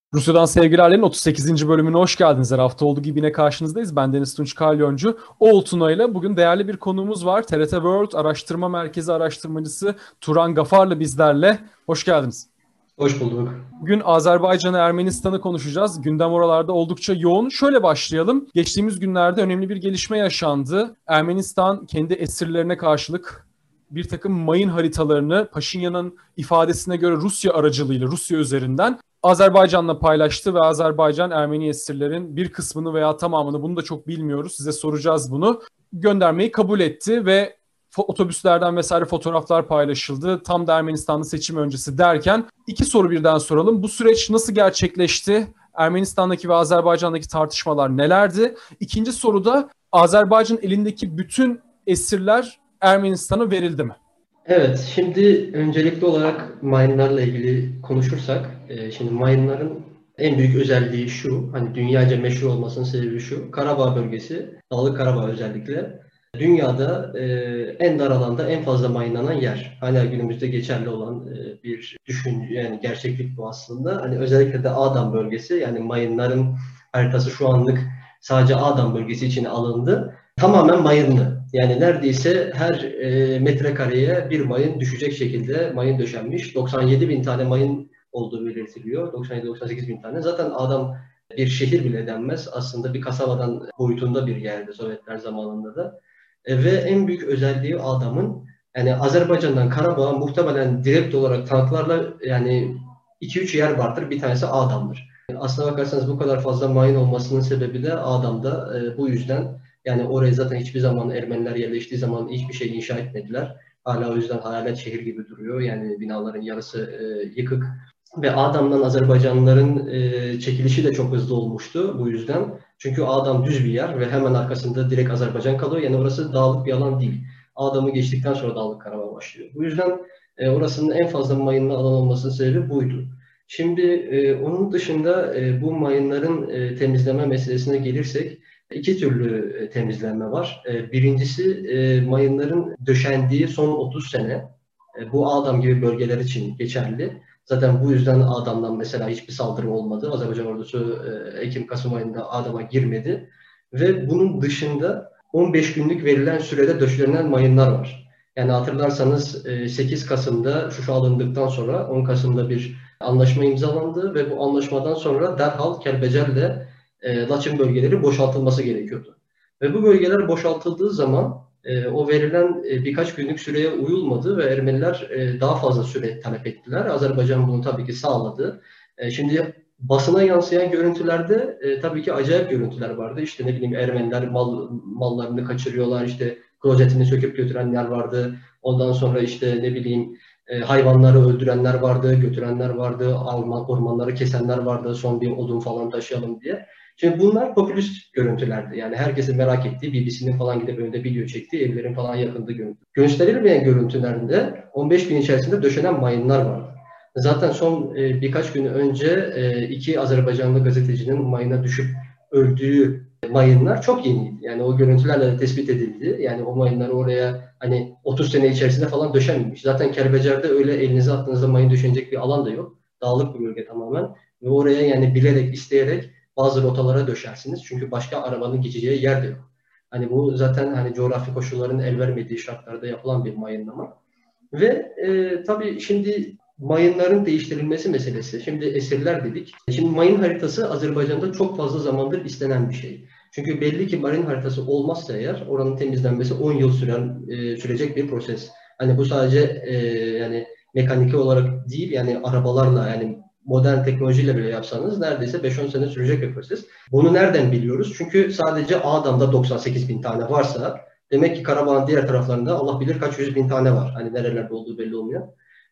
Rusya'dan Sevgilerlerin 38. bölümüne hoş geldiniz. Her hafta olduğu gibi yine karşınızdayız. Ben Deniz Tunç Kalyoncu. Oğul Tuna ile bugün değerli bir konuğumuz var. TRT World Araştırma Merkezi araştırmacısı Turan Gafarlı bizlerle. Hoş geldiniz. Hoş bulduk. Bugün Azerbaycan'ı, Ermenistan'ı konuşacağız. Gündem oralarda oldukça yoğun. Şöyle başlayalım. Geçtiğimiz günlerde önemli bir gelişme yaşandı. Ermenistan kendi esirlerine karşılık bir takım mayın haritalarını Paşinyan'ın ifadesine göre Rusya aracılığıyla, Rusya üzerinden Azerbaycan'la paylaştı ve Azerbaycan Ermeni esirlerin bir kısmını veya tamamını, bunu da çok bilmiyoruz, size soracağız bunu, göndermeyi kabul etti ve otobüslerden vesaire fotoğraflar paylaşıldı. Tam da Ermenistan'da seçim öncesi derken iki soru birden soralım. Bu süreç nasıl gerçekleşti? Ermenistan'daki ve Azerbaycan'daki tartışmalar nelerdi? İkinci soruda Azerbaycan elindeki bütün esirler Ermenistan'a verildi mi? Evet, şimdi öncelikli olarak mayınlarla ilgili konuşursak, şimdi mayınların en büyük özelliği şu, hani dünyaca meşhur olmasının sebebi şu, Karabağ bölgesi, Dağlık Karabağ özellikle, dünyada en dar alanda en fazla mayınlanan yer. Hala günümüzde geçerli olan bir düşünce, yani gerçeklik bu aslında. Hani özellikle de Ağdam bölgesi, yani mayınların haritası şu anlık sadece Ağdam bölgesi için alındı. Tamamen mayınlı. Yani neredeyse her metrekareye bir mayın düşecek şekilde mayın döşenmiş. 97 bin tane mayın olduğu belirtiliyor. 97-98 bin tane. Zaten adam bir şehir bile denmez. Aslında bir kasabadan boyutunda bir yerdi Sovyetler zamanında da. Ve en büyük özelliği adamın, yani Azerbaycan'dan Karabağ'a muhtemelen direkt olarak tanklarla, yani 2-3 yer vardır. Bir tanesi Ağdam'dır. Aslına bakarsanız bu kadar fazla mayın olmasının sebebi de Ağdam'da. Bu yüzden yani oraya zaten hiçbir zaman Ermeniler yerleştiği zaman hiçbir şey inşa etmediler. Hala o yüzden hayalet şehir gibi duruyor. Yani binaların yarısı yıkık. Ve Ağdam'dan Azerbaycanlıların çekilişi de çok hızlı olmuştu bu yüzden. Çünkü Ağdam düz bir yer ve hemen arkasında direkt Azerbaycan kalıyor. Yani orası dağlık bir alan değil. Ağdam'ı geçtikten sonra Dağlık Karabağ başlıyor. Bu yüzden orasının en fazla mayınlı alan olmasının sebebi buydu. Şimdi onun dışında bu mayınların temizleme meselesine gelirsek, İki türlü temizlenme var. Birincisi mayınların döşendiği son 30 sene. Bu Ağdam gibi bölgeler için geçerli. Zaten bu yüzden Ağdam'dan mesela hiçbir saldırı olmadı. Azerbaycan ordusu Ekim-Kasım ayında Ağdam'a girmedi. Ve bunun dışında 15 günlük verilen sürede döşlenen mayınlar var. Yani hatırlarsanız 8 Kasım'da Şuşa alındıktan sonra 10 Kasım'da bir anlaşma imzalandı ve bu anlaşmadan sonra derhal Kelbecer'le Laçın bölgeleri boşaltılması gerekiyordu. Ve bu bölgeler boşaltıldığı zaman o verilen birkaç günlük süreye uyulmadı ve Ermeniler daha fazla süre talep ettiler. Azerbaycan bunu tabii ki sağladı. Şimdi basına yansıyan görüntülerde tabii ki acayip görüntüler vardı. İşte ne bileyim Ermeniler mallarını kaçırıyorlar, işte klozetini söküp götürenler vardı. Ondan sonra işte ne bileyim hayvanları öldürenler vardı, götürenler vardı, ormanları kesenler vardı, son bir odun falan taşıyalım diye. Şimdi bunlar popülist görüntülerdi. Yani herkesin merak ettiği, BBC'nin falan gidip önünde video çektiği, evlerin falan yakındığı görüntü. Gösterilmeyen görüntülerinde 15 bin içerisinde döşenen mayınlar vardı. Zaten son birkaç gün önce iki Azerbaycanlı gazetecinin mayına düşüp öldüğü mayınlar çok yeniydi. Yani o görüntülerle de tespit edildi. Yani o mayınlar oraya hani 30 sene içerisinde falan döşenmemiş. Zaten Kerbecer'de öyle elinize attığınızda mayın döşenecek bir alan da yok. Dağlık bir bölge tamamen. Ve oraya yani bilerek, isteyerek bazı rotalara döşersiniz. Çünkü başka arabanın geçeceği yer de yok. Hani bu zaten hani coğrafi koşulların el vermediği şartlarda yapılan bir mayınlama. Ve tabii şimdi mayınların değiştirilmesi meselesi. Şimdi esirler dedik. Şimdi mayın haritası Azerbaycan'da çok fazla zamandır istenen bir şey. Çünkü belli ki mayın haritası olmazsa eğer oranın temizlenmesi 10 yıl sürecek bir proses. Hani bu sadece yani mekaniki olarak değil, yani arabalarla, yani modern teknolojiyle bile yapsanız neredeyse 5-10 sene sürecek bir proses. Bunu nereden biliyoruz? Çünkü sadece Ağdam'da 98 bin tane varsa demek ki Karabağ'ın diğer taraflarında Allah bilir kaç yüz bin tane var. Hani nerelerde olduğu belli olmuyor.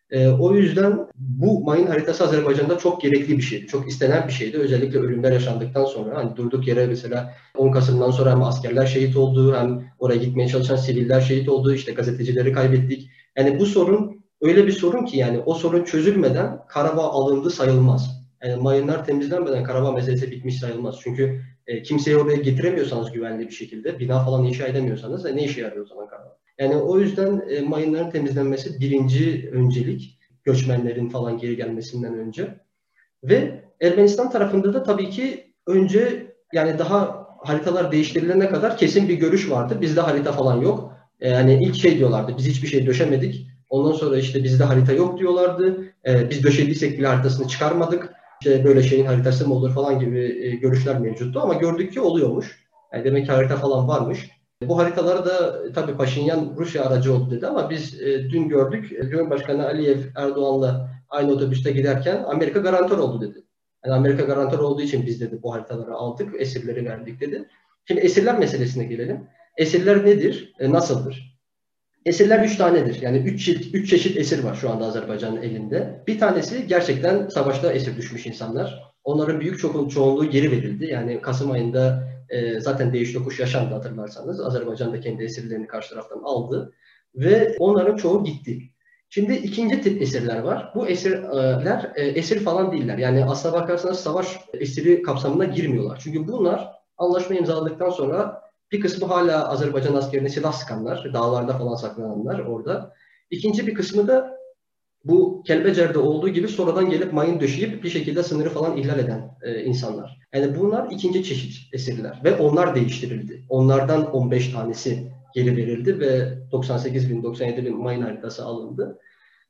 O yüzden bu mayın haritası Azerbaycan'da çok gerekli bir şeydi. Çok istenen bir şeydi. Özellikle ölümler yaşandıktan sonra, hani durduk yere mesela 10 Kasım'dan sonra hem askerler şehit oldu, hem oraya gitmeye çalışan siviller şehit oldu, işte gazetecileri kaybettik. Yani bu sorun öyle bir sorun ki, yani o sorun çözülmeden Karabağ alındı sayılmaz. Yani mayınlar temizlenmeden Karabağ meselesi bitmiş sayılmaz. Çünkü kimseyi oraya getiremiyorsanız güvenli bir şekilde, bina falan inşa edemiyorsanız ne işe yarıyor o zaman Karabağ? Yani o yüzden mayınların temizlenmesi birinci öncelik, göçmenlerin falan geri gelmesinden önce. Ve Ermenistan tarafında da tabii ki önce yani daha haritalar değiştirilene kadar kesin bir görüş vardı. Bizde harita falan yok. Yani ilk şey diyorlardı, biz hiçbir şey döşemedik. Ondan sonra işte bizde harita yok diyorlardı. Biz döşediysek bile haritasını çıkarmadık. İşte böyle şeyin haritası mı olur falan gibi görüşler mevcuttu. Ama gördük ki oluyormuş. Yani demek ki harita falan varmış. Bu haritaları da tabii Paşinyan Rusya aracı oldu dedi ama biz dün gördük. Cumhurbaşkanı Aliyev Erdoğan'la aynı otobüste giderken Amerika garantör oldu dedi. Yani Amerika garantör olduğu için biz dedi bu haritaları aldık, esirleri verdik dedi. Şimdi esirler meselesine gelelim. Esirler nedir? Nasıldır? Esirler 3 tanedir. Yani 3 çeşit esir var şu anda Azerbaycan'ın elinde. Bir tanesi gerçekten savaşta esir düşmüş insanlar. Onların büyük çoğunluğu geri verildi. Yani Kasım ayında zaten değiş tokuş yaşandı hatırlarsanız. Azerbaycan da kendi esirlerini karşı taraftan aldı. Ve onların çoğu gitti. Şimdi ikinci tip esirler var. Bu esirler esir falan değiller. Yani aslına bakarsanız savaş esiri kapsamına girmiyorlar. Çünkü bunlar anlaşma imzaladıktan sonra bir kısmı hala Azerbaycan askerine silah sıkanlar, dağlarda falan saklananlar orada. İkinci bir kısmı da bu Kelbecer'de olduğu gibi sonradan gelip mayın döşeyip bir şekilde sınırı falan ihlal eden insanlar. Yani bunlar ikinci çeşit esirler ve onlar değiştirildi. Onlardan 15 tanesi geri verildi ve 98 bin, 97 bin mayın haritası alındı.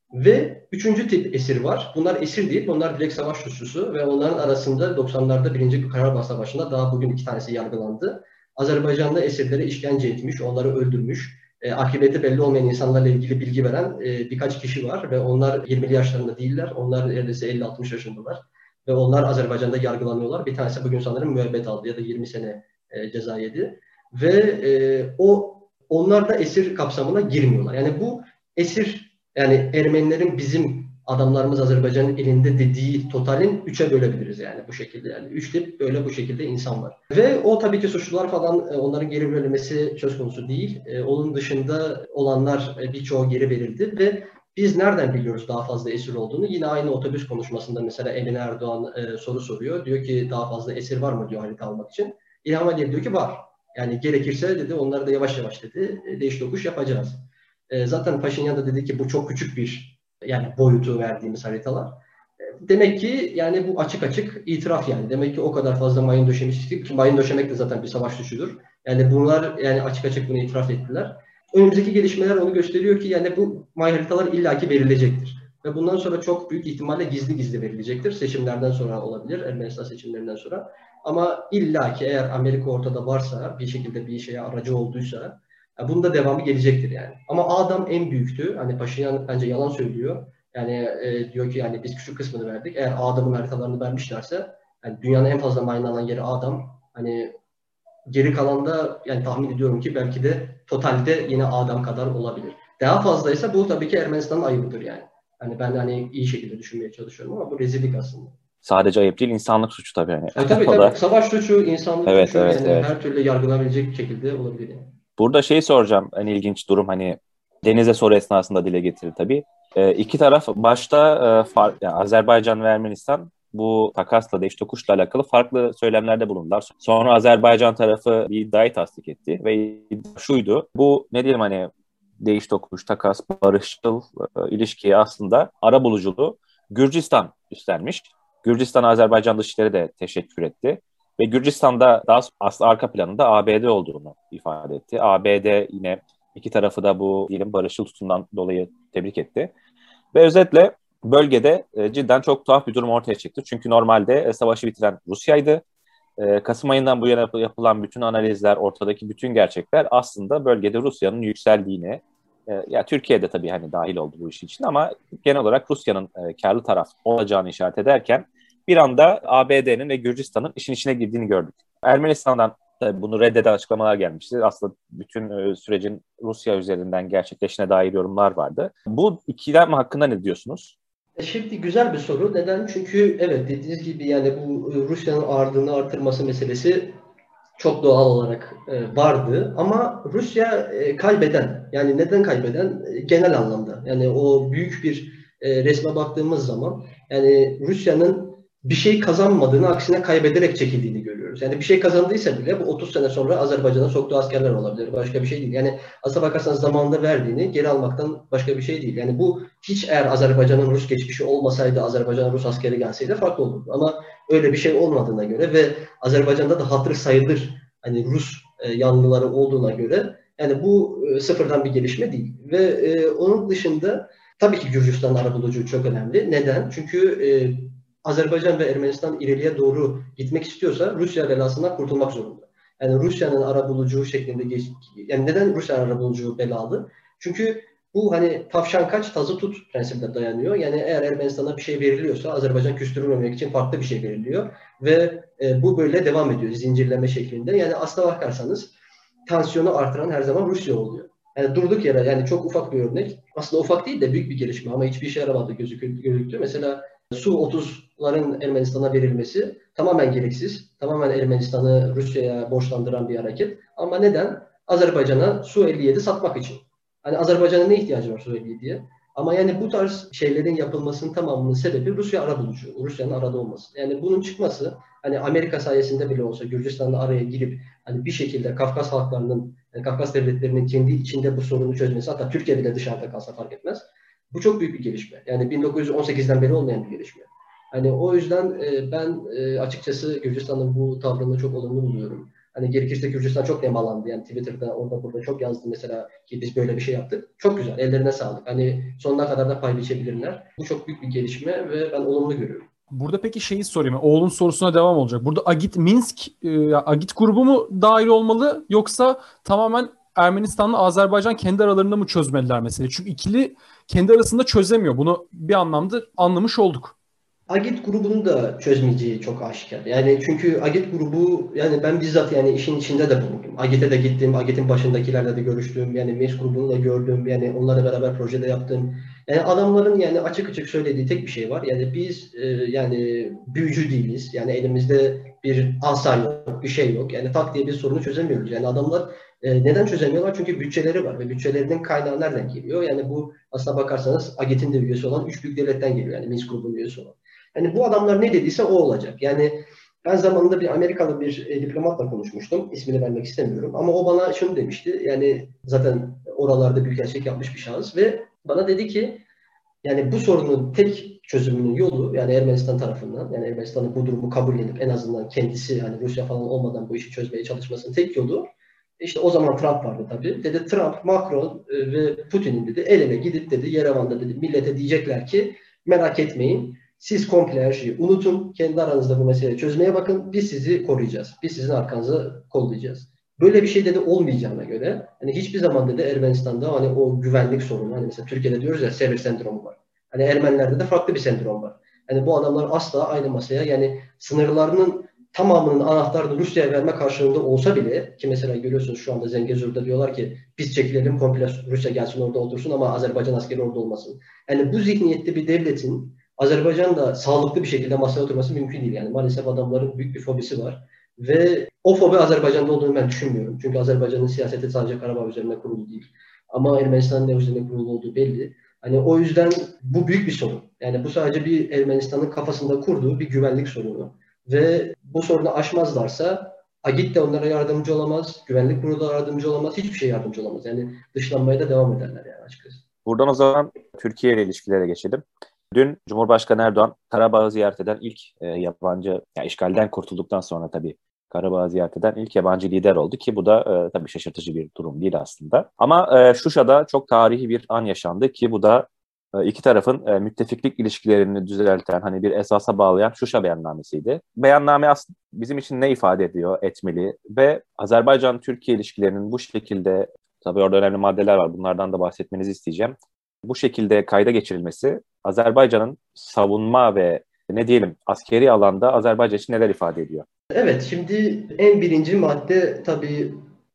Ve üçüncü tip esir var. Bunlar esir değil, onlar direkt savaş suçlusu ve onların arasında 90'larda 1. Karabağ Savaşı'nda daha bugün 2 tanesi yargılandı. Azerbaycan'da esirlere işkence etmiş, onları öldürmüş. Akıbeti belli olmayan insanlarla ilgili bilgi veren birkaç kişi var ve onlar 20'li yaşlarında değiller. Onlar neredeyse 50-60 yaşındalar. Ve onlar Azerbaycan'da yargılanıyorlar. Bir tanesi bugün sanırım müebbet aldı ya da 20 sene ceza yedi. Ve onlar da esir kapsamına girmiyorlar. Yani bu esir, yani Ermenilerin bizim adamlarımız Azerbaycan'ın elinde dediği totalin 3'e bölebiliriz yani bu şekilde. Yani 3 tip böyle bu şekilde insan var. Ve o tabii ki suçlular falan onların geri verilmesi söz konusu değil. Onun dışında olanlar birçoğu geri verildi ve biz nereden biliyoruz daha fazla esir olduğunu? Yine aynı otobüs konuşmasında mesela Emine Erdoğan soru soruyor. Diyor ki daha fazla esir var mı diyor harita almak için. İlham Aliyev diyor ki var. Yani gerekirse dedi onları da yavaş yavaş dedi değiş tokuş yapacağız. Zaten Paşinyan da dedi ki bu çok küçük bir yani boyutu verdiğimiz haritalar. Demek ki yani bu açık açık itiraf yani. Demek ki o kadar fazla mayın döşemiştik ki mayın döşemek de zaten bir savaş suçudur. Yani bunlar yani açık açık bunu itiraf ettiler. Önümüzdeki gelişmeler onu gösteriyor ki yani bu mayın haritalar illaki verilecektir. Ve bundan sonra çok büyük ihtimalle gizli gizli verilecektir. Seçimlerden sonra olabilir, Ermenistan seçimlerinden sonra. Ama illaki eğer Amerika ortada varsa, bir şekilde bir şeye aracı olduysa bunun da devamı gelecektir yani. Ama adam en büyüktü. Hani Paşinyan bence yalan söylüyor. Yani diyor ki yani biz küçük kısmını verdik. Eğer Adam'ın haritalarını vermişlerse yani dünyanın en fazla mayınlanan yeri Adam. Hani geri kalan da yani tahmin ediyorum ki belki de totalde yine Adam kadar olabilir. Daha fazlaysa bu tabii ki Ermenistan'ın ayıbıdır yani. Hani ben hani iyi şekilde düşünmeye çalışıyorum ama bu rezillik aslında. Sadece ayıp değil, insanlık suçu tabii yani. Tabii O da tabii. Savaş suçu, insanlık evet, suçu evet, yani evet. her türlü yargılanabilecek şekilde olabilir yani. Burada şeyi soracağım. En ilginç durum hani Deniz'e soru esnasında dile getirir tabii. İki taraf başta yani Azerbaycan ve Ermenistan bu takasla, değiş tokuşla alakalı farklı söylemlerde bulundular. Sonra Azerbaycan tarafı bir iddiayı tasdik etti ve iddia şuydu. Bu ne diyelim hani değiş tokuş, takas, barışçıl ilişkiye aslında arabuluculuğu Gürcistan üstlenmiş. Gürcistan Azerbaycan Dışişleri de teşekkür etti. Ve Gürcistan'da daha aslında arka planında ABD olduğunu ifade etti. ABD yine iki tarafı da bu diyelim barışçıl tutumdan dolayı tebrik etti. Ve özetle bölgede cidden çok tuhaf bir durum ortaya çıktı. Çünkü normalde savaşı bitiren Rusya'ydı. Kasım ayından bu yana yapılan bütün analizler, ortadaki bütün gerçekler aslında bölgede Rusya'nın yükseldiğini, ya Türkiye'de tabii hani dahil oldu bu iş için ama genel olarak Rusya'nın karlı taraf olacağını işaret ederken bir anda ABD'nin ve Gürcistan'ın işin içine girdiğini gördük. Ermenistan'dan tabii bunu reddeden açıklamalar gelmişti. Aslında bütün sürecin Rusya üzerinden gerçekleşine dair yorumlar vardı. Bu ikilem hakkında ne diyorsunuz? Şimdi güzel bir soru. Neden? Çünkü evet dediğiniz gibi yani bu Rusya'nın ağırlığını artırması meselesi çok doğal olarak vardı. Ama Rusya kaybeden. Yani neden kaybeden? Genel anlamda. Yani o büyük bir resme baktığımız zaman yani Rusya'nın bir şey kazanmadığını aksine kaybederek çekildiğini görüyoruz. görüyoruz. Yani bir şey kazandıysa bile bu 30 sene sonra Azerbaycan'a soktuğu askerler olabilir. Başka bir şey değil. Yani aslına bakarsanız zamanında verdiğini geri almaktan başka bir şey değil. Yani bu hiç eğer Azerbaycan'ın Rus geçmişi olmasaydı, Azerbaycan'a Rus askeri gelseydi farklı olurdu. Ama öyle bir şey olmadığına göre ve Azerbaycan'da da hatır sayılır hani Rus yanlıları olduğuna göre yani bu sıfırdan bir gelişme değil. Ve onun dışında tabii ki Gürcistan arabulucu çok önemli. Neden? Çünkü Azerbaycan ve Ermenistan ileriye doğru gitmek istiyorsa Rusya belasından kurtulmak zorunda. Yani Rusya'nın arabulucu şeklinde yani neden Rusya arabulucu belalı? Çünkü bu hani tavşan kaç tazı tut prensibine dayanıyor. Yani eğer Ermenistan'a bir şey veriliyorsa Azerbaycan küstürülmemek için farklı bir şey veriliyor. Ve bu böyle devam ediyor zincirleme şeklinde. Yani aslına bakarsanız tansiyonu artıran her zaman Rusya oluyor. Yani durduk yere yani çok ufak bir örnek. Aslında ufak değil de büyük bir gelişme ama hiçbir işe yaramadı gözüktü. Mesela Su-30'ların Ermenistan'a verilmesi tamamen gereksiz. Tamamen Ermenistan'ı Rusya'ya borçlandıran bir hareket. Ama neden? Azerbaycan'a Su-57 satmak için. Hani Azerbaycan'a ne ihtiyacı var Su-57'ye? Ama yani bu tarz şeylerin yapılmasının tamamının sebebi Rusya arabulucu. Rusya'nın arada olması. Yani bunun çıkması hani Amerika sayesinde bile olsa Gürcistan'da araya girip hani bir şekilde Kafkas halklarının, yani Kafkas devletlerinin kendi içinde bu sorunu çözmesi, hatta Türkiye bile dışarıda kalsa fark etmez. Bu çok büyük bir gelişme. Yani 1918'den beri olmayan bir gelişme. Hani o yüzden ben açıkçası Gürcistan'ın bu tavrını çok olumlu buluyorum. Hani gerekirse Gürcistan çok nemalandı. Yani Twitter'da orada burada çok yazdı mesela ki biz böyle bir şey yaptık. Çok güzel. Ellerine sağlık. Hani sonuna kadar da pay biçebilirler. Bu çok büyük bir gelişme ve ben olumlu görüyorum. Burada peki şeyi sorayım. Oğlun sorusuna devam olacak. Burada Agit Minsk, Agit grubu mu dahil olmalı yoksa tamamen Ermenistan'la Azerbaycan kendi aralarında mı çözmeliler meseleyi? Çünkü ikili kendi arasında çözemiyor. Bunu bir anlamda anlamış olduk. Agit grubunu da çözmeyeceği çok aşikar. Yani çünkü Agit grubu yani ben bizzat yani işin içinde de bulundum. Agit'e de gittim. Agit'in başındakilerle de görüştüm. Yani Minsk grubunu da gördüm. Yani onlarla beraber projede yaptım. Yani adamların yani açık açık söylediği tek bir şey var. Yani biz yani büyücü değiliz. Yani elimizde bir asa yok, bir şey yok. Yani tak diye bir sorunu çözemiyoruz. Yani adamlar neden çözemiyorlar? Çünkü bütçeleri var ve bütçelerinin kaynağı nereden geliyor? Yani bu aslına bakarsanız Agit'in de üyesi olan 3 büyük devletten geliyor. Yani Minsk grubunun üyesi olan. Yani bu adamlar ne dediyse o olacak. Yani ben zamanında bir Amerikalı bir diplomatla konuşmuştum. İsmini vermek istemiyorum. Ama o bana şunu demişti. Yani zaten oralarda büyükelçilik yapmış bir şahıs ve bana dedi ki yani bu sorunun tek çözümünün yolu yani Ermenistan tarafından yani Ermenistan'ın bu durumu kabullenip en azından kendisi hani Rusya falan olmadan bu işi çözmeye çalışmasının tek yolu işte o zaman Trump vardı tabii. Dedi Trump, Macron ve Putin'in dedi el ele gidip dedi Yerevan'da dedi millete diyecekler ki merak etmeyin. Siz komple her şeyi unutun. Kendi aranızda bu meseleyi çözmeye bakın. Biz sizi koruyacağız. Biz sizin arkanızı kollayacağız. Böyle bir şey dedi olmayacağına göre hani hiçbir zaman dedi Ermenistan'da hani o güvenlik sorunu hani mesela Türkiye'de diyoruz ya Sevr sendromu var. Hani Ermenilerde de farklı bir sendrom var. Hani bu adamlar asla aynı masaya yani sınırlarının tamamının anahtarını Rusya'ya verme karşılığında olsa bile ki mesela görüyorsunuz şu anda Zengezur'da diyorlar ki biz çekilelim komple Rusya gelsin orada otursun ama Azerbaycan askeri orada olmasın. Yani bu zihniyette bir devletin Azerbaycan'da sağlıklı bir şekilde masaya oturması mümkün değil. Yani maalesef adamların büyük bir fobisi var. Ve o fobi Azerbaycan'da olduğunu ben düşünmüyorum. Çünkü Azerbaycan'ın siyaseti sadece Karabağ üzerine kurulu değil. Ama Ermenistan'ın ne üzerine kurulu olduğu belli. Hani o yüzden bu büyük bir sorun. Yani bu sadece bir Ermenistan'ın kafasında kurduğu bir güvenlik sorunu. Ve bu sorunu aşmazlarsa Agit de onlara yardımcı olamaz, güvenlik kurulu da yardımcı olamaz, hiçbir şey yardımcı olamaz. Yani dışlanmaya da devam ederler yani açıkçası. Buradan o zaman Türkiye ile ilişkilere geçelim. Dün Cumhurbaşkanı Erdoğan Karabağ'ı ziyaret eden ilk yabancı, yani işgalden kurtulduktan sonra tabii Karabağ'ı ziyaret eden ilk yabancı lider oldu ki bu da tabii şaşırtıcı bir durum değil aslında. Ama Şuşa'da çok tarihi bir an yaşandı ki bu da iki tarafın müttefiklik ilişkilerini düzelten, hani bir esasa bağlayan Şuşa beyannamesiydi. Beyanname aslında bizim için ne ifade ediyor, etmeli ve Azerbaycan-Türkiye ilişkilerinin bu şekilde, tabii orada önemli maddeler var, bunlardan da bahsetmenizi isteyeceğim. Bu şekilde kayda geçirilmesi Azerbaycan'ın savunma ve ne diyelim askeri alanda Azerbaycan için neler ifade ediyor? Evet, şimdi en birinci madde tabii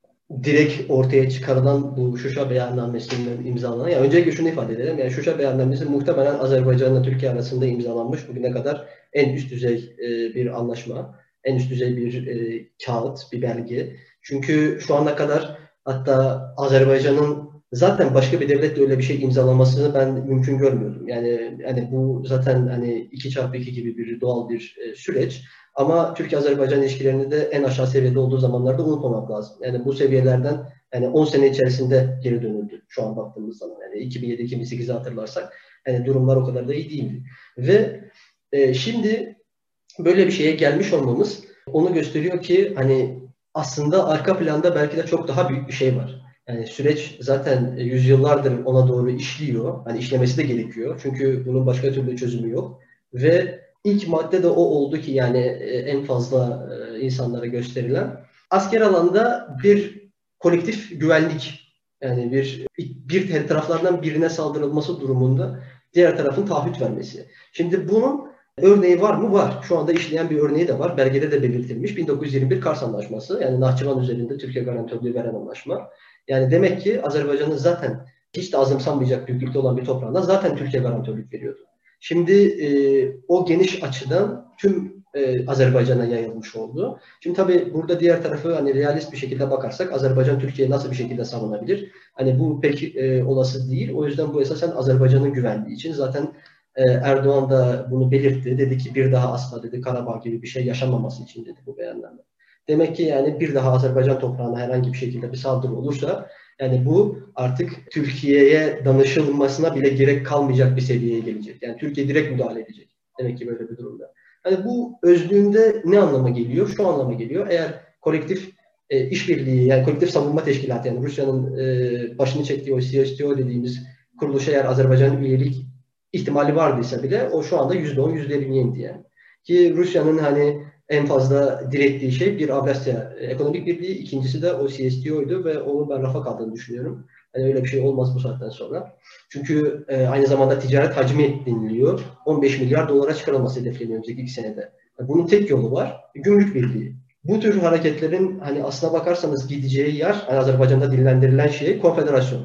direkt ortaya çıkarılan bu Şuşa beyannamesinden imzalanan. Yani öncelikle şunu ifade edelim. Yani Şuşa beyannamesi muhtemelen Azerbaycan'la Türkiye arasında imzalanmış bugüne kadar en üst düzey bir anlaşma, en üst düzey bir kağıt, bir belge. Çünkü şu ana kadar hatta Azerbaycan'ın zaten başka bir devletle öyle bir şey imzalamasını ben mümkün görmüyordum. Yani bu zaten hani 2x2 gibi bir doğal bir süreç. Ama Türkiye-Azerbaycan ilişkilerinde de en aşağı seviyede olduğu zamanlarda unutmamak lazım. Yani bu seviyelerden 10 sene içerisinde geri dönüldü şu an baktığımız zaman. Yani 2007-2008'i hatırlarsak durumlar o kadar da iyi değildi. Ve şimdi böyle bir şeye gelmiş olmamız onu gösteriyor ki aslında arka planda belki de çok daha büyük bir şey var. Yani süreç zaten yüzyıllardır ona doğru işliyor. İşlemesi de gerekiyor. Çünkü bunun başka türlü çözümü yok. Ve ilk madde de o oldu ki en fazla insanlara gösterilen. Asker alanda bir kolektif güvenlik, yani bir taraflardan birine saldırılması durumunda diğer tarafın taahhüt vermesi. Şimdi bunun örneği var mı? Var. Şu anda işleyen bir örneği de var. Belgede de belirtilmiş. 1921 Kars Anlaşması. Yani Nahçıvan üzerinde Türkiye garantörlüğü veren anlaşma. Yani demek ki Azerbaycan'ın zaten hiç de azımsanmayacak büyüklükte olan bir toprağına zaten Türkiye garantörlük veriyordu. Şimdi o geniş açıdan tüm Azerbaycan'a yayılmış oldu. Şimdi tabii burada diğer tarafı realist bir şekilde bakarsak Azerbaycan Türkiye'yi nasıl bir şekilde savunabilir? Bu pek olası değil. O yüzden bu esasen Azerbaycan'ın güvenliği için. Zaten Erdoğan da bunu belirtti. Dedi ki bir daha asla dedi Karabağ gibi bir şey yaşanmaması için dedi bu beyanname. Demek ki bir daha Azerbaycan toprağına herhangi bir şekilde bir saldırı olursa bu artık Türkiye'ye danışılmasına bile gerek kalmayacak bir seviyeye gelecek. Yani Türkiye direkt müdahale edecek. Demek ki böyle bir durumda. Bu özlüğünde ne anlama geliyor? Şu anlama geliyor. Eğer kolektif işbirliği, yani kolektif savunma teşkilatı, yani Rusya'nın başını çektiği o CSTO dediğimiz kuruluş eğer Azerbaycan'ın üyelik ihtimali vardıysa bile o şu anda %10, %20'ye indi yani. Ki Rusya'nın en fazla direttiği şey bir Avrasya Ekonomik Birliği, ikincisi de o CSTO'ydu ve onu ben rafa kaldığını düşünüyorum. Öyle bir şey olmaz bu saatten sonra. Çünkü aynı zamanda ticaret hacmi deniliyor. 15 milyar dolara çıkarılması hedefleniyor önümüzdeki 2 senede. Bunun tek yolu var. Gümrük Birliği. Bu tür hareketlerin aslına bakarsanız gideceği yer Azerbaycan'da dillendirilen şey konfederasyon.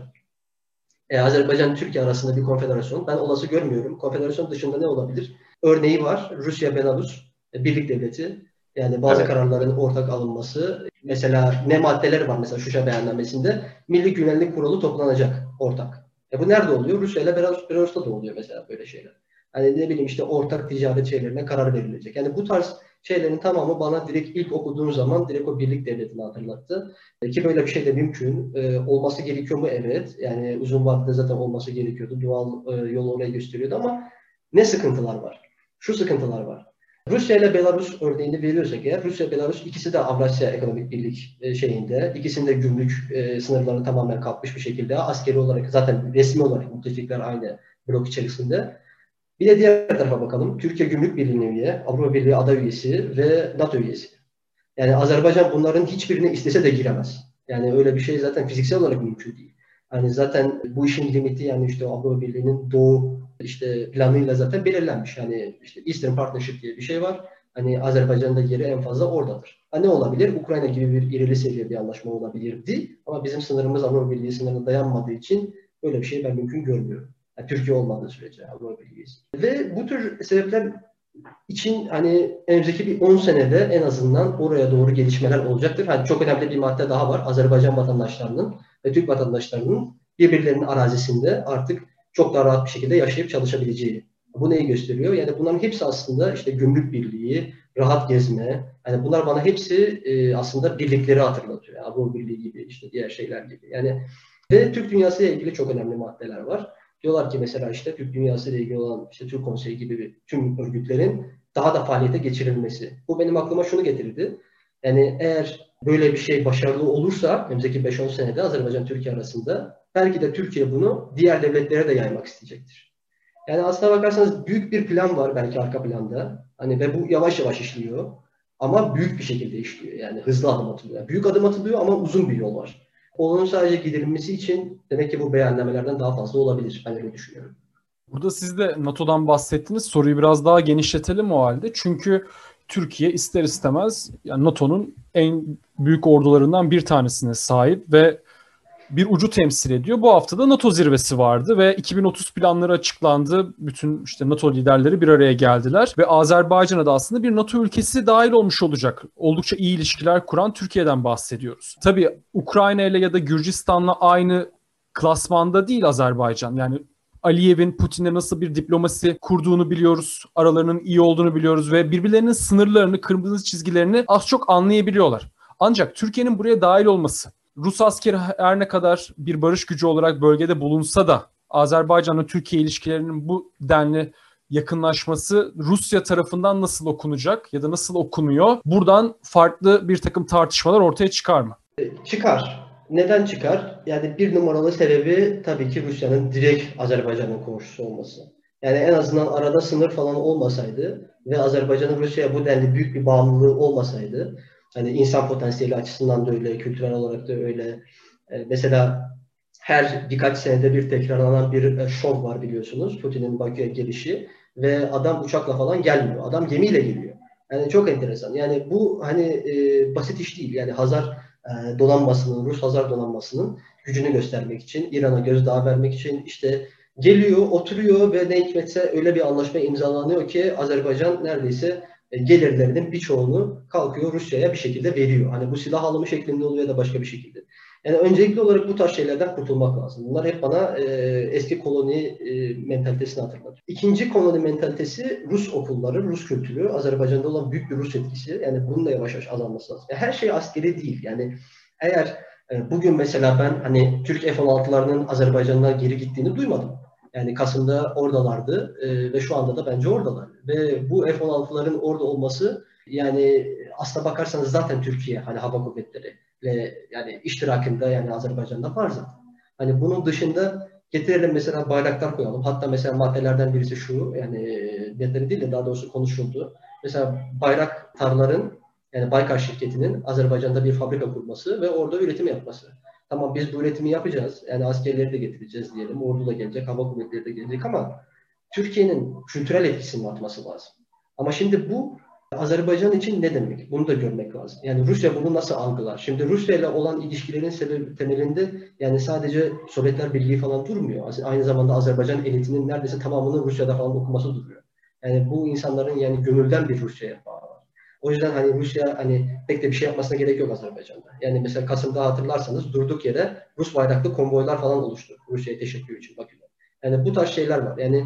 Azerbaycan Türkiye arasında bir konfederasyon ben olası görmüyorum. Konfederasyon dışında ne olabilir? Örneği var. Rusya, Belarus birlik devleti. Yani bazı kararların ortak alınması. Mesela ne maddeler var mesela Şuşa beyannamesinde? Milli Güvenlik Kurulu toplanacak ortak. Bu nerede oluyor? Rusya ile Belarus'ta da oluyor mesela böyle şeyler. Ne bileyim ortak ticaret şeylerine karar verilecek. Yani bu tarz şeylerin tamamı bana direkt ilk okuduğum zaman direkt o birlik devletini hatırlattı. Ki böyle bir şey de mümkün. Olması gerekiyor mu? Evet. Yani uzun vadede zaten olması gerekiyordu. Doğal yolu oraya gösteriyordu ama ne sıkıntılar var? Şu sıkıntılar var. Rusya ile Belarus örneğini veriyorsak eğer, Rusya, Belarus ikisi de Avrasya Ekonomik Birlik şeyinde, ikisinde gümrük sınırlarını tamamen kapmış bir şekilde, askeri olarak zaten resmi olarak müttefikler aynı blok içerisinde. Bir de diğer tarafa bakalım. Türkiye Gümrük Birliği'ne üye, Avrupa Birliği aday üyesi ve NATO üyesi. Yani Azerbaycan bunların hiçbirini istese de giremez. Yani öyle bir şey zaten fiziksel olarak mümkün değil. Zaten bu işin limiti Avrupa Birliği'nin doğu planıyla zaten belirlenmiş. Eastern Partnership diye bir şey var. Azerbaycan'da yeri en fazla oradadır. Ne olabilir? Ukrayna gibi bir irili seviye bir anlaşma olabilirdi. Ama bizim sınırımız Avrupa Birliği sınırına dayanmadığı için böyle bir şey ben mümkün görmüyorum. Türkiye olmadığı sürece Avrupa Birliği. Ve bu tür sebepler için önümüzdeki bir 10 senede en azından oraya doğru gelişmeler olacaktır. Çok önemli bir madde daha var. Azerbaycan vatandaşlarının ve Türk vatandaşlarının birbirlerinin arazisinde artık çok daha rahat bir şekilde yaşayıp çalışabileceği. Bu neyi gösteriyor? Yani bunların hepsi aslında gümrük birliği, rahat gezme. Bunlar bana hepsi aslında birlikleri hatırlatıyor. Avrupa Birliği gibi, diğer şeyler gibi. Ve Türk dünyası ile ilgili çok önemli maddeler var. Diyorlar ki mesela Türk dünyası ile ilgili olan Türk Konseyi gibi tüm örgütlerin daha da faaliyete geçirilmesi. Bu benim aklıma şunu getirdi. Eğer böyle bir şey başarılı olursa önümüzdeki 5-10 senede Azerbaycan-Türkiye arasında belki de Türkiye bunu diğer devletlere de yaymak isteyecektir. Aslına bakarsanız büyük bir plan var belki arka planda. Ve bu yavaş yavaş işliyor. Ama büyük bir şekilde işliyor. Hızlı adım atılıyor. Büyük adım atılıyor ama uzun bir yol var. Onun sadece giderilmesi için demek ki bu beyannamelerden daha fazla olabilir. Ben öyle düşünüyorum. Burada siz de NATO'dan bahsettiniz. Soruyu biraz daha genişletelim o halde. Çünkü Türkiye ister istemez NATO'nun en büyük ordularından bir tanesine sahip ve bir ucu temsil ediyor. Bu hafta da NATO zirvesi vardı ve 2030 planları açıklandı. Bütün NATO liderleri bir araya geldiler ve Azerbaycan'a da aslında bir NATO ülkesi dahil olmuş olacak. Oldukça iyi ilişkiler kuran Türkiye'den bahsediyoruz. Tabii Ukrayna ile ya da Gürcistan'la aynı klasmanda değil Azerbaycan. Aliyev'in Putin'le nasıl bir diplomasi kurduğunu biliyoruz. Aralarının iyi olduğunu biliyoruz ve birbirlerinin sınırlarını, kırmızı çizgilerini az çok anlayabiliyorlar. Ancak Türkiye'nin buraya dahil olması, Rus askeri her ne kadar bir barış gücü olarak bölgede bulunsa da Azerbaycan'la Türkiye ilişkilerinin bu denli yakınlaşması Rusya tarafından nasıl okunacak ya da nasıl okunuyor? Buradan farklı bir takım tartışmalar ortaya çıkar mı? Çıkar. Neden çıkar? Yani bir numaralı sebebi tabii ki Rusya'nın direkt Azerbaycan'ın komşusu olması. Yani en azından arada sınır falan olmasaydı ve Azerbaycan'ın Rusya'ya bu denli büyük bir bağımlılığı olmasaydı, hani insan potansiyeli açısından da öyle, kültürel olarak da öyle. Mesela her birkaç senede bir tekrarlanan bir şov var biliyorsunuz. Putin'in Bakü'ye gelişi ve adam uçakla falan gelmiyor. Adam gemiyle geliyor. Yani çok enteresan. Yani bu hani basit iş değil. Yani donanmasının, Rus Hazar donanmasının gücünü göstermek için, İran'a gözdağı vermek için işte geliyor, oturuyor ve ne hikmetse öyle bir anlaşma imzalanıyor ki Azerbaycan neredeyse gelirlerinin birçoğunu kalkıyor Rusya'ya bir şekilde veriyor. Hani bu silah alımı şeklinde oluyor ya da başka bir şekilde. Yani öncelikli olarak bu tarz şeylerden kurtulmak lazım. Bunlar hep bana eski koloni mentalitesini hatırlatıyor. İkinci koloni mentalitesi Rus okulları, Rus kültürü, Azerbaycan'da olan büyük bir Rus etkisi. Yani bunun da yavaş yavaş azalması lazım. Yani her şey askeri değil. Yani eğer bugün mesela ben hani Türk F-16'larının Azerbaycan'dan geri gittiğini duymadım. Yani Kasım'da oradalardı ve şu anda da bence oradalar. Ve bu F-16'ların orada olması yani aslına bakarsanız zaten Türkiye hani hava kuvvetleri yani iştirakında yani Azerbaycan'da var zaten. Hani bunun dışında getirelim mesela bayraklar koyalım. Hatta mesela maddelerden birisi şu yani maddeleri değil de daha doğrusu konuşuldu. Mesela Bayraktarların yani Baykar şirketinin Azerbaycan'da bir fabrika kurması ve orada üretim yapması. Tamam biz bu üretimi yapacağız. Yani askerleri de getireceğiz diyelim. Ordu da gelecek, hava kuvvetleri de gelecek ama Türkiye'nin kültürel etkisini atması lazım. Ama şimdi bu Azerbaycan için ne demek? Bunu da görmek lazım. Yani Rusya bunu nasıl algılar? Şimdi Rusya ile olan ilişkilerin temelinde yani sadece Sovyetler Birliği falan durmuyor. Aynı zamanda Azerbaycan elitinin neredeyse tamamının Rusya'da falan okuması duruyor. Yani bu insanların yani gönülden bir Rusya'ya bağlı. O yüzden hani Rusya hani pek de bir şey yapmasına gerek yok Azerbaycan'da. Yani mesela Kasım'da hatırlarsanız durduk yere Rus bayraklı konvoylar falan oluştu. Rusya'ya teşekkür için Bakü'de. Yani bu tarz şeyler var. Yani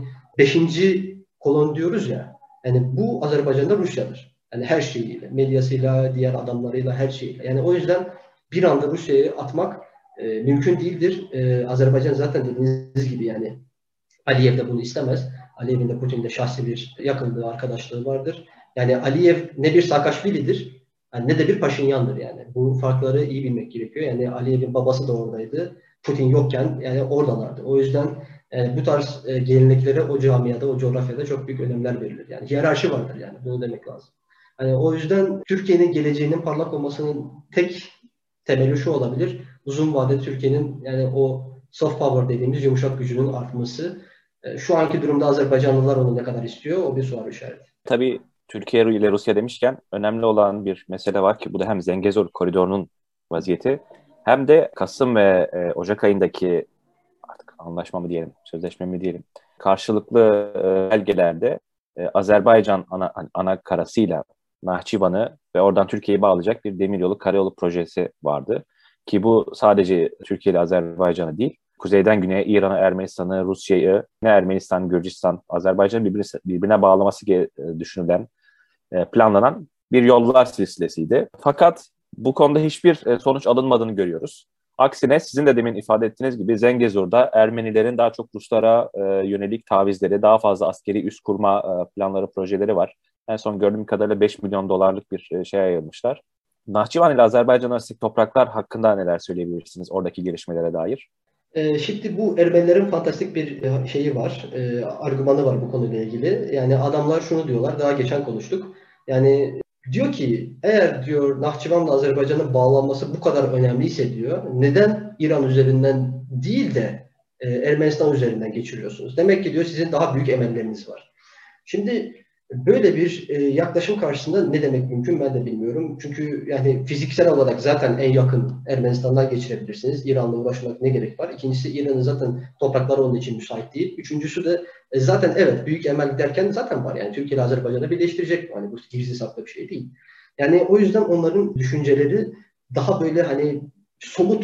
5. kolon diyoruz ya. Yani bu Azerbaycan'da Rusya'dır. Yani her şeyiyle, medyasıyla, diğer adamlarıyla, her şeyiyle. Yani o yüzden bir anda Rusya'yı atmak mümkün değildir. Azerbaycan zaten dediğiniz gibi yani Aliyev de bunu istemez. Aliyev'in de Putin'de şahsi bir yakınlığı, arkadaşlığı vardır. Yani Aliyev ne bir Saakashvili'dir yani ne de bir Paşinyan'dır yani. Bu farkları iyi bilmek gerekiyor. Yani Aliyev'in babası da oradaydı. Putin yokken yani oradalardı. O yüzden bu tarz geleneklere o camiada, o coğrafyada çok büyük önemler verilir. Yani hiyerarşi vardır yani. Bunu demek lazım. Hani o yüzden Türkiye'nin geleceğinin parlak olmasının tek temeli şu olabilir. Uzun vadede Türkiye'nin yani o soft power dediğimiz yumuşak gücünün artması. Şu anki durumda Azerbaycanlılar onu ne kadar istiyor? O bir soru işareti. Tabii Türkiye ile Rusya demişken önemli olan bir mesele var ki bu da hem Zengezur koridorunun vaziyeti hem de Kasım ve Ocak ayındaki artık anlaşma mı diyelim, sözleşme mi diyelim karşılıklı belgelerde Azerbaycan ana karasıyla Nahçıvan'ı ve oradan Türkiye'yi bağlayacak bir demiryolu karayolu projesi vardı. Ki bu sadece Türkiye ile Azerbaycan'ı değil, kuzeyden güneye İran'ı, Ermenistan'ı, Rusya'yı, ne Ermenistan, Gürcistan, Azerbaycan'ı birbirine bağlaması düşünülen, planlanan bir yollar silsilesiydi. Fakat bu konuda hiçbir sonuç alınmadığını görüyoruz. Aksine sizin de demin ifade ettiğiniz gibi Zengezur'da Ermenilerin daha çok Ruslara yönelik tavizleri, daha fazla askeri üs kurma planları, projeleri var. En son gördüğüm kadarıyla 5 milyon dolarlık bir şey ayırmışlar. Nahçıvan ile Azerbaycan arasındaki topraklar hakkında neler söyleyebilirsiniz oradaki gelişmelere dair? Şimdi bu Ermenilerin fantastik bir şeyi var, argümanı var bu konuyla ilgili. Yani adamlar şunu diyorlar, daha geçen konuştuk. Yani diyor ki eğer diyor Nahçıvan'la Azerbaycan'ın bağlanması bu kadar önemliyse diyor, neden İran üzerinden değil de Ermenistan üzerinden geçiriyorsunuz? Demek ki diyor sizin daha büyük emelleriniz var. Şimdi böyle bir yaklaşım karşısında ne demek mümkün ben de bilmiyorum. Çünkü yani fiziksel olarak zaten en yakın Ermenistan'dan geçirebilirsiniz. İran'la uğraşmak ne gerek var? İkincisi İran'ın zaten toprakları onun için müsait değil. Üçüncüsü de zaten evet büyük emel derken zaten var. Yani Türkiye ile Azerbaycan'ı birleştirecek. Hani bu gizli saklı bir şey değil. Yani o yüzden onların düşünceleri daha böyle hani somut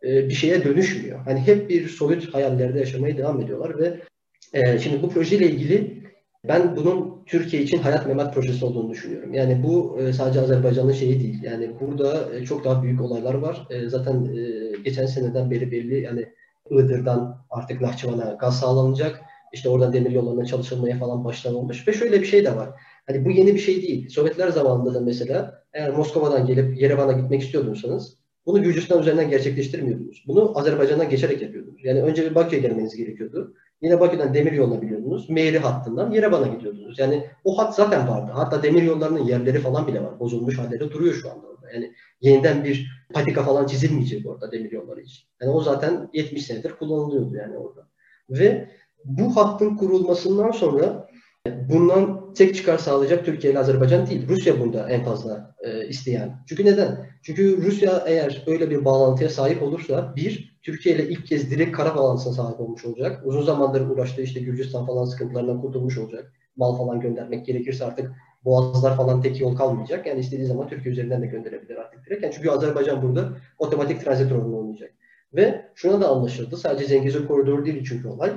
bir şeye dönüşmüyor. Hani hep bir soyut hayallerde yaşamaya devam ediyorlar ve şimdi bu projeyle ilgili ben bunun Türkiye için hayat memat projesi olduğunu düşünüyorum. Yani bu sadece Azerbaycan'ın şeyi değil. Yani burada çok daha büyük olaylar var. Zaten geçen seneden beri belli, yani Iğdır'dan artık Nahçıvan'a gaz sağlanacak. İşte oradan demir yollarına çalışılmaya falan başlanılmış. Ve şöyle bir şey de var. Hani bu yeni bir şey değil. Sovyetler zamanında da mesela eğer Moskova'dan gelip Yerevan'a gitmek istiyorduysanız bunu Gürcistan üzerinden gerçekleştirmiyordunuz. Bunu Azerbaycan'dan geçerek yapıyordunuz. Yani önce bir Bakü'ye gelmeniz gerekiyordu. Yine Bakü'den demir yoluna biniyordunuz. Meyri hattından Yerevan'a gidiyordunuz. Yani o hat zaten vardı. Hatta demir yollarının yerleri falan bile var. Bozulmuş halleri duruyor şu anda orada. Yani yeniden bir patika falan çizilmeyecek orada demir yolları için. Yani o zaten 70 senedir kullanılıyordu yani orada. Ve bu hattın kurulmasından sonra bundan tek çıkar sağlayacak Türkiye ile Azerbaycan değil. Rusya bunda en fazla isteyen. Çünkü neden? Çünkü Rusya eğer öyle bir bağlantıya sahip olursa Türkiye ile ilk kez direkt kara bağlantısına sahip olmuş olacak. Uzun zamandır uğraştığı işte Gürcistan falan sıkıntılarından kurtulmuş olacak. Mal falan göndermek gerekirse artık boğazlar falan tek yol kalmayacak. Yani istediği zaman Türkiye üzerinden de gönderebilir artık direkt. Yani çünkü Azerbaycan burada otomatik transit rolünde olmayacak. Ve şuna da anlaşıldı. Sadece Zengezur koridoru değil çünkü olay.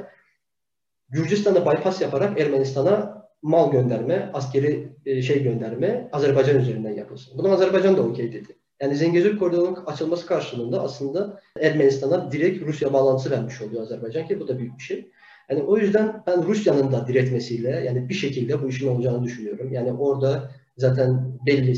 Gürcistan'a bypass yaparak Ermenistan'a mal gönderme, askeri gönderme Azerbaycan üzerinden yapılsın. Buna Azerbaycan da okey dedi. Yani Zengezur koridorunun açılması karşılığında aslında Ermenistan'a direkt Rusya bağlantısı vermiş oluyor Azerbaycan ki bu da büyük bir şey. Yani o yüzden ben Rusya'nın da diretmesiyle yani bir şekilde bu işin olacağını düşünüyorum. Yani orada zaten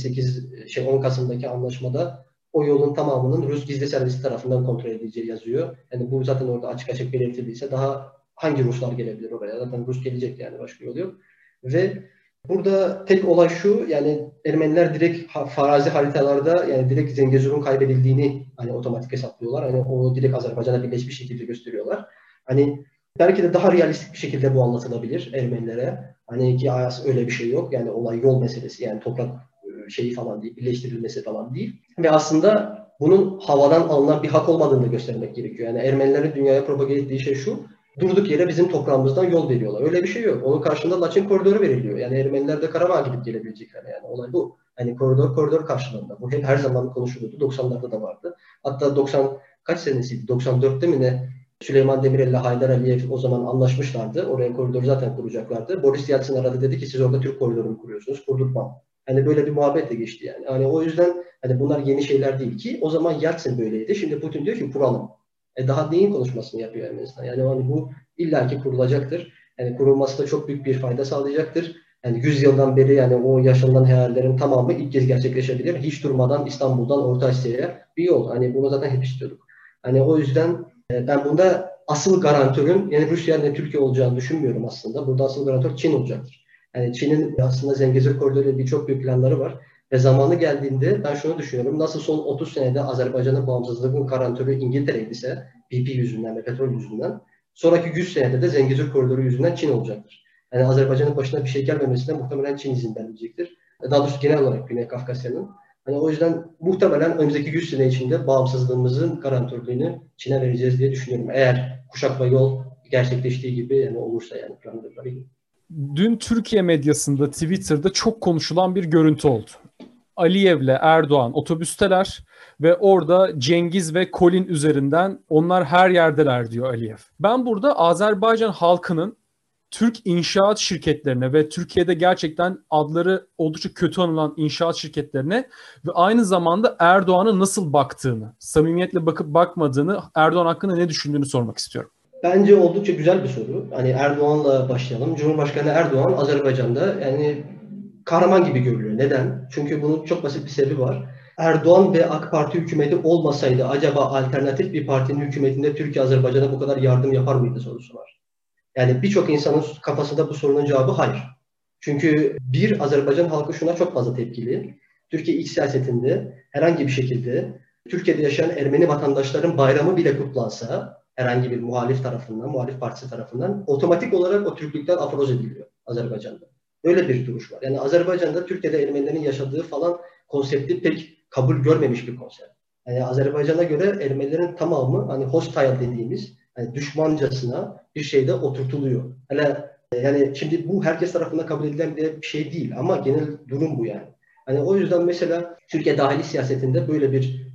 belli 10 Kasım'daki anlaşmada o yolun tamamının Rus gizli servisi tarafından kontrol edileceği yazıyor. Yani bu zaten orada açık açık belirtildiyse daha hangi Ruslar gelebilir oraya? Zaten Rus gelecek yani başka yolu yok. Ve burada tek olay şu, yani Ermeniler direkt farazi haritalarda yani direkt Zengezur'un kaybedildiğini hani otomatik hesaplıyorlar. Hani o direkt Azerbaycan'a birleşmiş şekilde gösteriyorlar. Hani belki de daha realistik bir şekilde bu anlatılabilir Ermenilere. Hani ki öyle bir şey yok. Yani olay yol meselesi yani toprak şeyi falan değil, birleştirilmesi falan değil. Ve aslında bunun havadan alınan bir hak olmadığını da göstermek gerekiyor. Yani Ermenilerin dünyaya propage ettiği şey şu, durduk yere bizim toprağımızdan yol veriyorlar. Öyle bir şey yok. Onun karşılığında Laçin koridoru veriliyor. Yani Ermeniler de Karabağ'a gidip gelebilecekler. Yani olay bu. Hani koridor karşılığında. Bu hep her zaman konuşuluyordu. 90'larda da vardı. Hatta 90 kaç senesiydi? 94'te mi ne? Süleyman Demirel ile Haydar Aliyev o zaman anlaşmışlardı. Oraya koridoru zaten kuracaklardı. Boris Yeltsin aradı, dedi ki siz orada Türk koridorunu kuruyorsunuz. Kurdurtmam. Hani böyle bir muhabbet de geçti yani. Hani o yüzden hani bunlar yeni şeyler değil ki. O zaman Yeltsin böyleydi. Şimdi Putin diyor ki kuralım. Daha neyin konuşmasını yapıyor Ermenistan? Yani hani bu illaki kurulacaktır. Yani kurulması da çok büyük bir fayda sağlayacaktır. Yani 100 yıldan beri yani o yaşanılan hayallerin tamamı ilk kez gerçekleşebilir. Hiç durmadan İstanbul'dan Orta Asya'ya bir yol. Hani bunu zaten hep istiyorduk. Hani o yüzden ben bunda asıl garantörün yani Rusya ile Türkiye olacağını düşünmüyorum aslında. Burada asıl garantör Çin olacaktır. Yani Çin'in aslında Zengezur Koridoru ile birçok büyük planları var. Ve zamanı geldiğinde ben şunu düşünüyorum. Nasıl son 30 senede Azerbaycan'ın bağımsızlığının garantörü İngiltere'yse BP yüzünden ve petrol yüzünden sonraki 100 senede de Zengezur Koridoru yüzünden Çin olacaktır. Yani Azerbaycan'ın başına bir şey gelmemesine muhtemelen Çin izin verecektir. Daha doğrusu genel olarak Güney Kafkasya'nın. Hani o yüzden muhtemelen önümüzdeki 100 sene içinde bağımsızlığımızın garantörlüğünü Çin'e vereceğiz diye düşünüyorum. Eğer kuşak ve yol gerçekleştiği gibi yani olursa yani planladıkları gibi. Dün Türkiye medyasında, Twitter'da çok konuşulan bir görüntü oldu. Aliyev'le Erdoğan otobüsteler ve orada Cengiz ve Colin üzerinden onlar her yerdeler diyor Aliyev. Ben burada Azerbaycan halkının Türk inşaat şirketlerine ve Türkiye'de gerçekten adları oldukça kötü anılan inşaat şirketlerine ve aynı zamanda Erdoğan'a nasıl baktığını, samimiyetle bakıp bakmadığını, Erdoğan hakkında ne düşündüğünü sormak istiyorum. Bence oldukça güzel bir soru. Hani Erdoğan'la başlayalım. Cumhurbaşkanı Erdoğan Azerbaycan'da yani kahraman gibi görülüyor. Neden? Çünkü bunun çok basit bir sebebi var. Erdoğan ve AK Parti hükümeti olmasaydı acaba alternatif bir partinin hükümetinde Türkiye Azerbaycan'a bu kadar yardım yapar mıydı sorusu var. Yani birçok insanın kafasında bu sorunun cevabı hayır. Çünkü Azerbaycan halkı şuna çok fazla tepkili. Türkiye iç siyasetinde herhangi bir şekilde Türkiye'de yaşayan Ermeni vatandaşların bayramı bile kutlansa herhangi bir muhalif partisi tarafından otomatik olarak o Türklükten aforoz ediliyor Azerbaycan'da. Böyle bir duruş var. Yani Azerbaycan'da Türkiye'de Ermenilerin yaşadığı falan konsepti pek kabul görmemiş bir konsept. Yani Azerbaycan'a göre Ermenilerin tamamı hani hostile dediğimiz yani düşmancasına bir şeyde oturtuluyor. Yani şimdi bu herkes tarafından kabul edilen bir şey değil ama genel durum bu yani. Hani o yüzden mesela Türkiye dahili siyasetinde böyle bir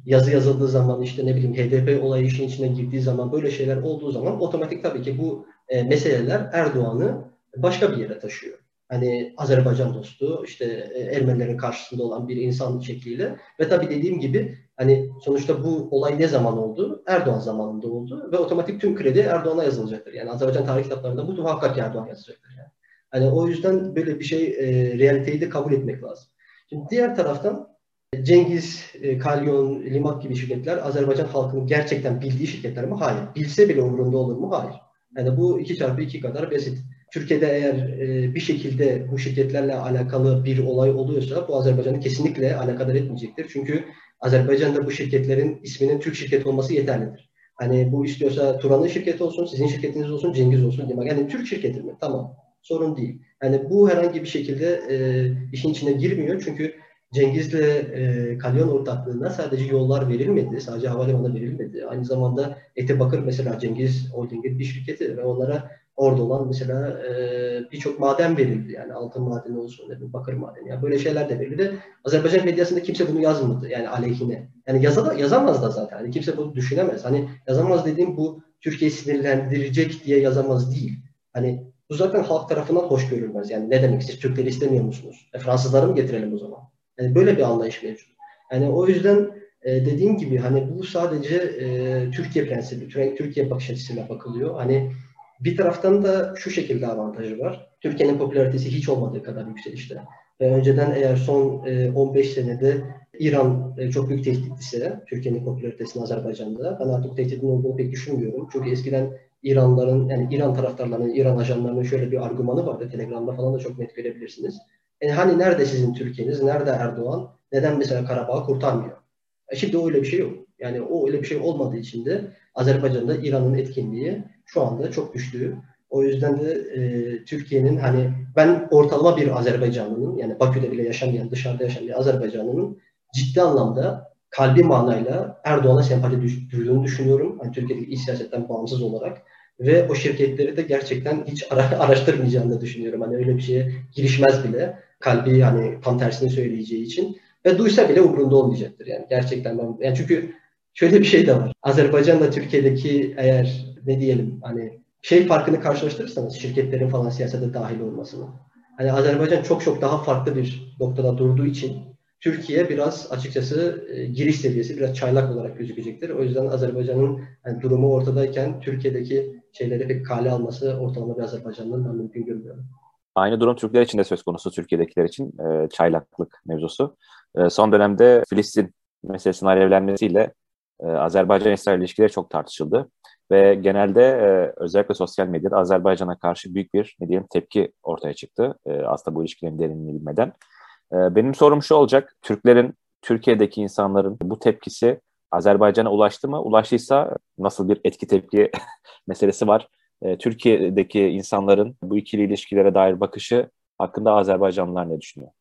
yazı yazıldığı zaman, işte ne bileyim HDP olayı işin içine girdiği zaman, böyle şeyler olduğu zaman otomatik tabii ki bu meseleler Erdoğan'ı başka bir yere taşıyor. Hani Azerbaycan dostu, işte Ermenilerin karşısında olan bir insan şekliyle ve tabii dediğim gibi hani sonuçta bu olay ne zaman oldu? Erdoğan zamanında oldu ve otomatik tüm kredi Erdoğan'a yazılacaktır. Yani Azerbaycan tarih kitaplarında bu muhakkak Erdoğan yazacaktır yani. Hani o yüzden böyle bir şey realiteyi de kabul etmek lazım. Şimdi diğer taraftan Cengiz, Kalyon, Limak gibi şirketler Azerbaycan halkının gerçekten bildiği şirketler mi? Hayır. Bilse bile umurunda olur mu? Hayır. Yani bu 2x2 kadar basit. Türkiye'de eğer bir şekilde bu şirketlerle alakalı bir olay oluyorsa bu Azerbaycan'ı kesinlikle alakadar etmeyecektir. Çünkü Azerbaycan'da bu şirketlerin isminin Türk şirketi olması yeterlidir. Hani bu istiyorsa Turan'ın şirketi olsun, sizin şirketiniz olsun, Cengiz olsun Limak. Yani Türk şirketi mi? Tamam. Sorun değil. Yani bu herhangi bir şekilde işin içine girmiyor. Çünkü Cengiz'le Kalyon ortaklığına sadece yollar verilmedi, sadece havalimanı verilmedi. Aynı zamanda Etibakır mesela Cengiz Holding'in bir şirketi ve onlara orada olan mesela birçok maden verildi. Yani altın madeni olsun, bakır madeni. Yani böyle şeyler de verildi. Azerbaycan medyasında kimse bunu yazmadı yani aleyhine. Yani yazamaz da zaten. Hani kimse bunu düşünemez. Hani yazamaz dediğim bu Türkiye'yi sinirlendirecek diye yazamaz değil. Hani bu zaten halk tarafından hoş görülmez. Yani ne demek siz Türkleri istemiyor musunuz? Fransızları mı getirelim o zaman? Yani böyle bir anlayış mevcut. Yani o yüzden dediğim gibi hani bu sadece Türkiye prensibi, Türkiye bakış açısıyla bakılıyor. Hani bir taraftan da şu şekilde avantajı var. Türkiye'nin popülaritesi hiç olmadığı kadar yükselişte. Ve önceden eğer son 15 senede İran çok büyük tehdit ise Türkiye'nin popülaritesini Azerbaycan'da, ben artık tehditin olduğunu pek düşünmüyorum. Çünkü eskiden İranların, yani İran taraftarlarının, İran ajanlarının şöyle bir argümanı vardı. Telegram'da falan da çok net görebilirsiniz. Hani nerede sizin Türkiye'niz, nerede Erdoğan, neden mesela Karabağ'ı kurtarmıyor? Şimdi öyle bir şey yok. Yani o öyle bir şey olmadığı için de Azerbaycan'da İran'ın etkinliği şu anda çok güçlü. O yüzden de Türkiye'nin hani ben ortalama bir Azerbaycanlının yani Bakü'de bile yaşamayan, dışarıda yaşayan bir Azerbaycanlının ciddi anlamda kalbi manayla Erdoğan'a sempati duyduğunu düşünüyorum. Hani Türkiye'deki iç siyasetten bağımsız olarak. Ve o şirketleri de gerçekten hiç araştırmayacağını da düşünüyorum. Hani öyle bir şeye girişmez bile. Kalbi hani tam tersini söyleyeceği için. Ve duysa bile umurunda olmayacaktır. Yani gerçekten ben yani çünkü şöyle bir şey de var. Azerbaycan'la Türkiye'deki eğer ne diyelim hani şey farkını karşılaştırırsanız şirketlerin falan siyasete dahil olmasını. Hani Azerbaycan çok çok daha farklı bir noktada durduğu için Türkiye biraz açıkçası giriş seviyesi biraz çaylak olarak gözükecektir. O yüzden Azerbaycan'ın yani durumu ortadayken Türkiye'deki şeyleri pek kale alması ortalama bir Azerbaycan'ın ben mümkün görmüyorum. Aynı durum Türkler için de söz konusu, Türkiye'dekiler için çaylaklık mevzusu. Son dönemde Filistin meselesinin alevlenmesiyle Azerbaycan-İsrail ilişkileri çok tartışıldı. Ve genelde özellikle sosyal medyada Azerbaycan'a karşı büyük bir tepki ortaya çıktı. Aslında bu ilişkilerin derinliğini bilmeden. Benim sorum şu olacak, Türklerin, Türkiye'deki insanların bu tepkisi Azerbaycan'a ulaştı mı? Ulaştıysa nasıl bir etki tepki meselesi var? Türkiye'deki insanların bu ikili ilişkilere dair bakışı hakkında Azerbaycanlılar ne düşünüyor?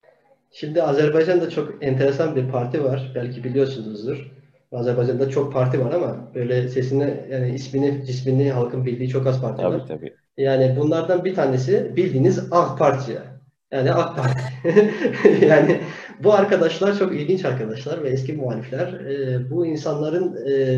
Şimdi Azerbaycan'da çok enteresan bir parti var. Belki biliyorsunuzdur. Azerbaycan'da çok parti var ama böyle sesini yani ismini cismini halkın bildiği çok az parti var. Tabii. Yani bunlardan bir tanesi bildiğiniz AK Parti. Yani AK Parti. Yani bu arkadaşlar çok ilginç arkadaşlar ve eski muhalifler. Bu insanların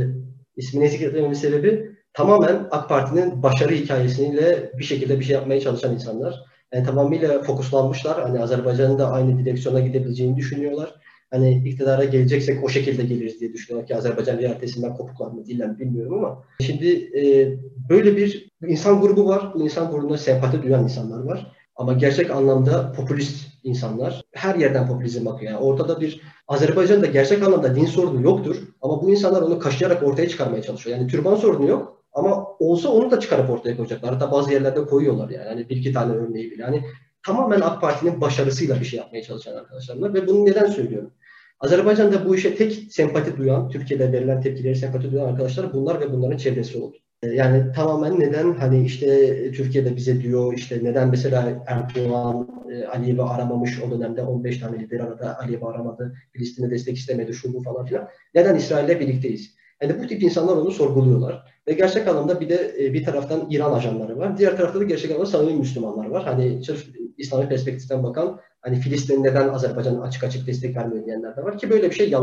ismini zikretmemin sebebi tamamen AK Parti'nin başarı hikayesiyle bir şekilde bir şey yapmaya çalışan insanlar. Yani tamamıyla fokuslanmışlar. Hani Azerbaycan'ın da aynı direksiyona gidebileceğini düşünüyorlar. Hani iktidara geleceksek o şekilde geliriz diye düşünüyorlar ki Azerbaycan realitesinden kopuklar mı değiller mi bilmiyorum ama şimdi böyle bir insan grubu var. Bu insan grubuna sempati duyan insanlar var. Ama gerçek anlamda popülist insanlar. Her yerden popülizm bakıyor. Yani ortada bir Azerbaycan'da gerçek anlamda din sorunu yoktur. Ama bu insanlar onu kaşıyarak ortaya çıkarmaya çalışıyor. Yani türban sorunu yok. Ama olsa onu da çıkarıp ortaya koyacaklar. Hatta bazı yerlerde koyuyorlar yani. Hani bir iki tane örneği bile. Yani tamamen AK Parti'nin başarısıyla bir şey yapmaya çalışan arkadaşlar. Ve bunu neden söylüyorum? Azerbaycan'da bu işe tek sempati duyan, Türkiye'de verilen tepkileri sempati duyan arkadaşlar bunlar ve bunların çevresi oldu. Yani tamamen neden hani işte Türkiye'de bize diyor işte neden mesela Erdoğan Aliyev'i aramamış o dönemde 15 tane lider aradı Aliyev'i aramadı, Filistin'e destek istemedi şu bu falan filan. Neden İsrail'le birlikteyiz? Yani bu tip insanlar onu sorguluyorlar. Ve gerçek anlamda bir de bir taraftan İran ajanları var. Diğer tarafta da gerçek anlamda samimi Müslümanlar var. Hani sırf İslami perspektiften bakan hani Filistin neden Azerbaycan'a açık açık destek vermiyor diyenler de var ki böyle bir şey yalan.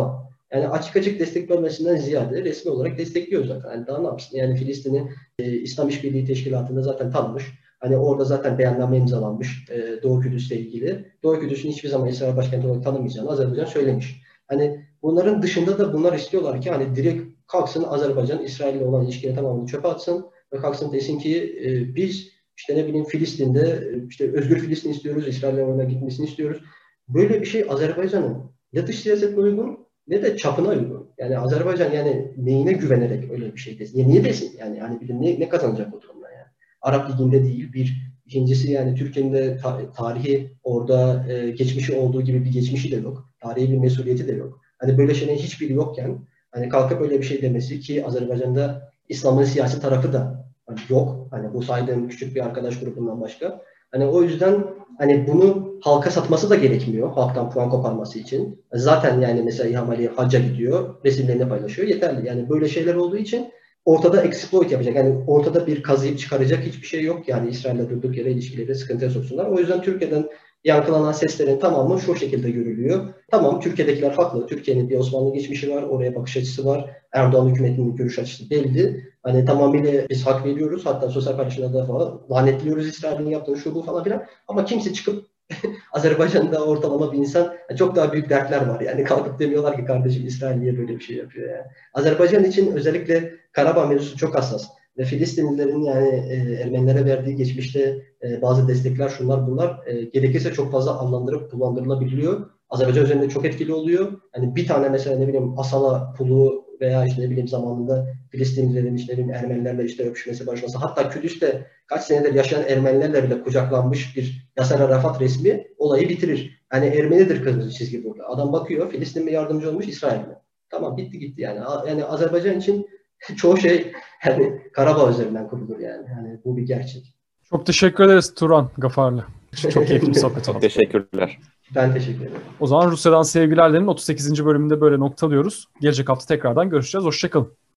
Yani açık açık destek vermesinden ziyade resmi olarak destekliyor zaten. Yani daha ne yapsın? Yani Filistin'i İslam İşbirliği Teşkilatı'nda zaten tanımış. Hani orada zaten beyanname imzalanmış Doğu Kudüs'le ilgili. Doğu Kudüs'ün hiçbir zaman İsrail başkenti olarak tanımayacağını Azerbaycan söylemiş. Hani bunların dışında da bunlar istiyorlar ki hani direkt kalksın Azerbaycan İsrail'le olan ilişkileri tamamını çöpe atsın ve kalksın desin ki biz işte ne bileyim Filistin'de işte özgür Filistin istiyoruz, İsrail'le oraya gitmesini istiyoruz. Böyle bir şey Azerbaycan'ın ne dış siyasetine uygun ne de çapına uygun. Yani Azerbaycan yani neyine güvenerek öyle bir şey desin. Ya niye desin? Yani hani bir de ne kazanacak o durumda yani. Arap Ligi'nde değil bir. İkincisi yani Türkiye'nin de tarihi orada geçmişi olduğu gibi bir geçmişi de yok. Tarihi bir mesuliyeti de yok. Hani böyle şeylerin hiçbiri yokken hani kalkıp öyle bir şey demesi ki Azerbaycan'da İslam'ın siyasi tarafı da hani yok. Hani bu saydığım küçük bir arkadaş grubundan başka. Hani o yüzden hani bunu halka satması da gerekmiyor. Halktan puan koparması için. Zaten yani mesela İlham Ali hacca gidiyor. Resimlerini paylaşıyor. Yeterli. Yani böyle şeyler olduğu için ortada exploit yapacak. Yani ortada bir kazıyıp çıkaracak hiçbir şey yok. Yani İsrail'le durduk yere ilişkileri sıkıntıya soksunlar. O yüzden Türkiye'den yankılanan seslerin tamamı şu şekilde görülüyor. Tamam Türkiye'dekiler haklı. Türkiye'nin bir Osmanlı geçmişi var. Oraya bakış açısı var. Erdoğan hükümetinin görüş açısı belli. Hani tamamıyla biz hak veriyoruz. Hatta sosyal paylaşımlarda falan lanetliyoruz İsrail'in yaptığı şu bu falan filan. Ama kimse çıkıp Azerbaycan'da ortalama bir insan çok daha büyük dertler var. Yani kalkıp demiyorlar ki kardeşim İsrail niye böyle bir şey yapıyor yani. Azerbaycan için özellikle Karabağ mevzusu çok hassas. Ve Filistinlilerin yani Ermenilere verdiği geçmişte bazı destekler şunlar bunlar gerekirse çok fazla anlandırıp kullandırılabiliyor. Azerbaycan üzerinde çok etkili oluyor. Yani bir tane mesela ne bileyim Asala pulu veya işte ne bileyim zamanında Filistinlilerin işte ne bileyim Ermenilerle işte öpüşmesi barışması hatta Kudüs'te kaç senedir yaşayan Ermenilerle bile kucaklanmış bir Yasser Arafat resmi olayı bitirir. Yani Ermenidir kırmızı çizgi burada. Adam bakıyor Filistin mi yardımcı olmuş İsrail mi? Tamam bitti gitti yani. Yani Azerbaycan için çoğu şey yani Karabağ üzerinden kurulur yani. Yani bu bir gerçek. Çok teşekkür ederiz Turan Gafarlı. Çok keyifli bir sohbet oldu. Teşekkürler. Ben teşekkür ederim. O zaman Rusya'dan Sevgiler'lerin 38. bölümünde böyle noktalıyoruz. Gelecek hafta tekrardan görüşeceğiz. Hoşçakalın.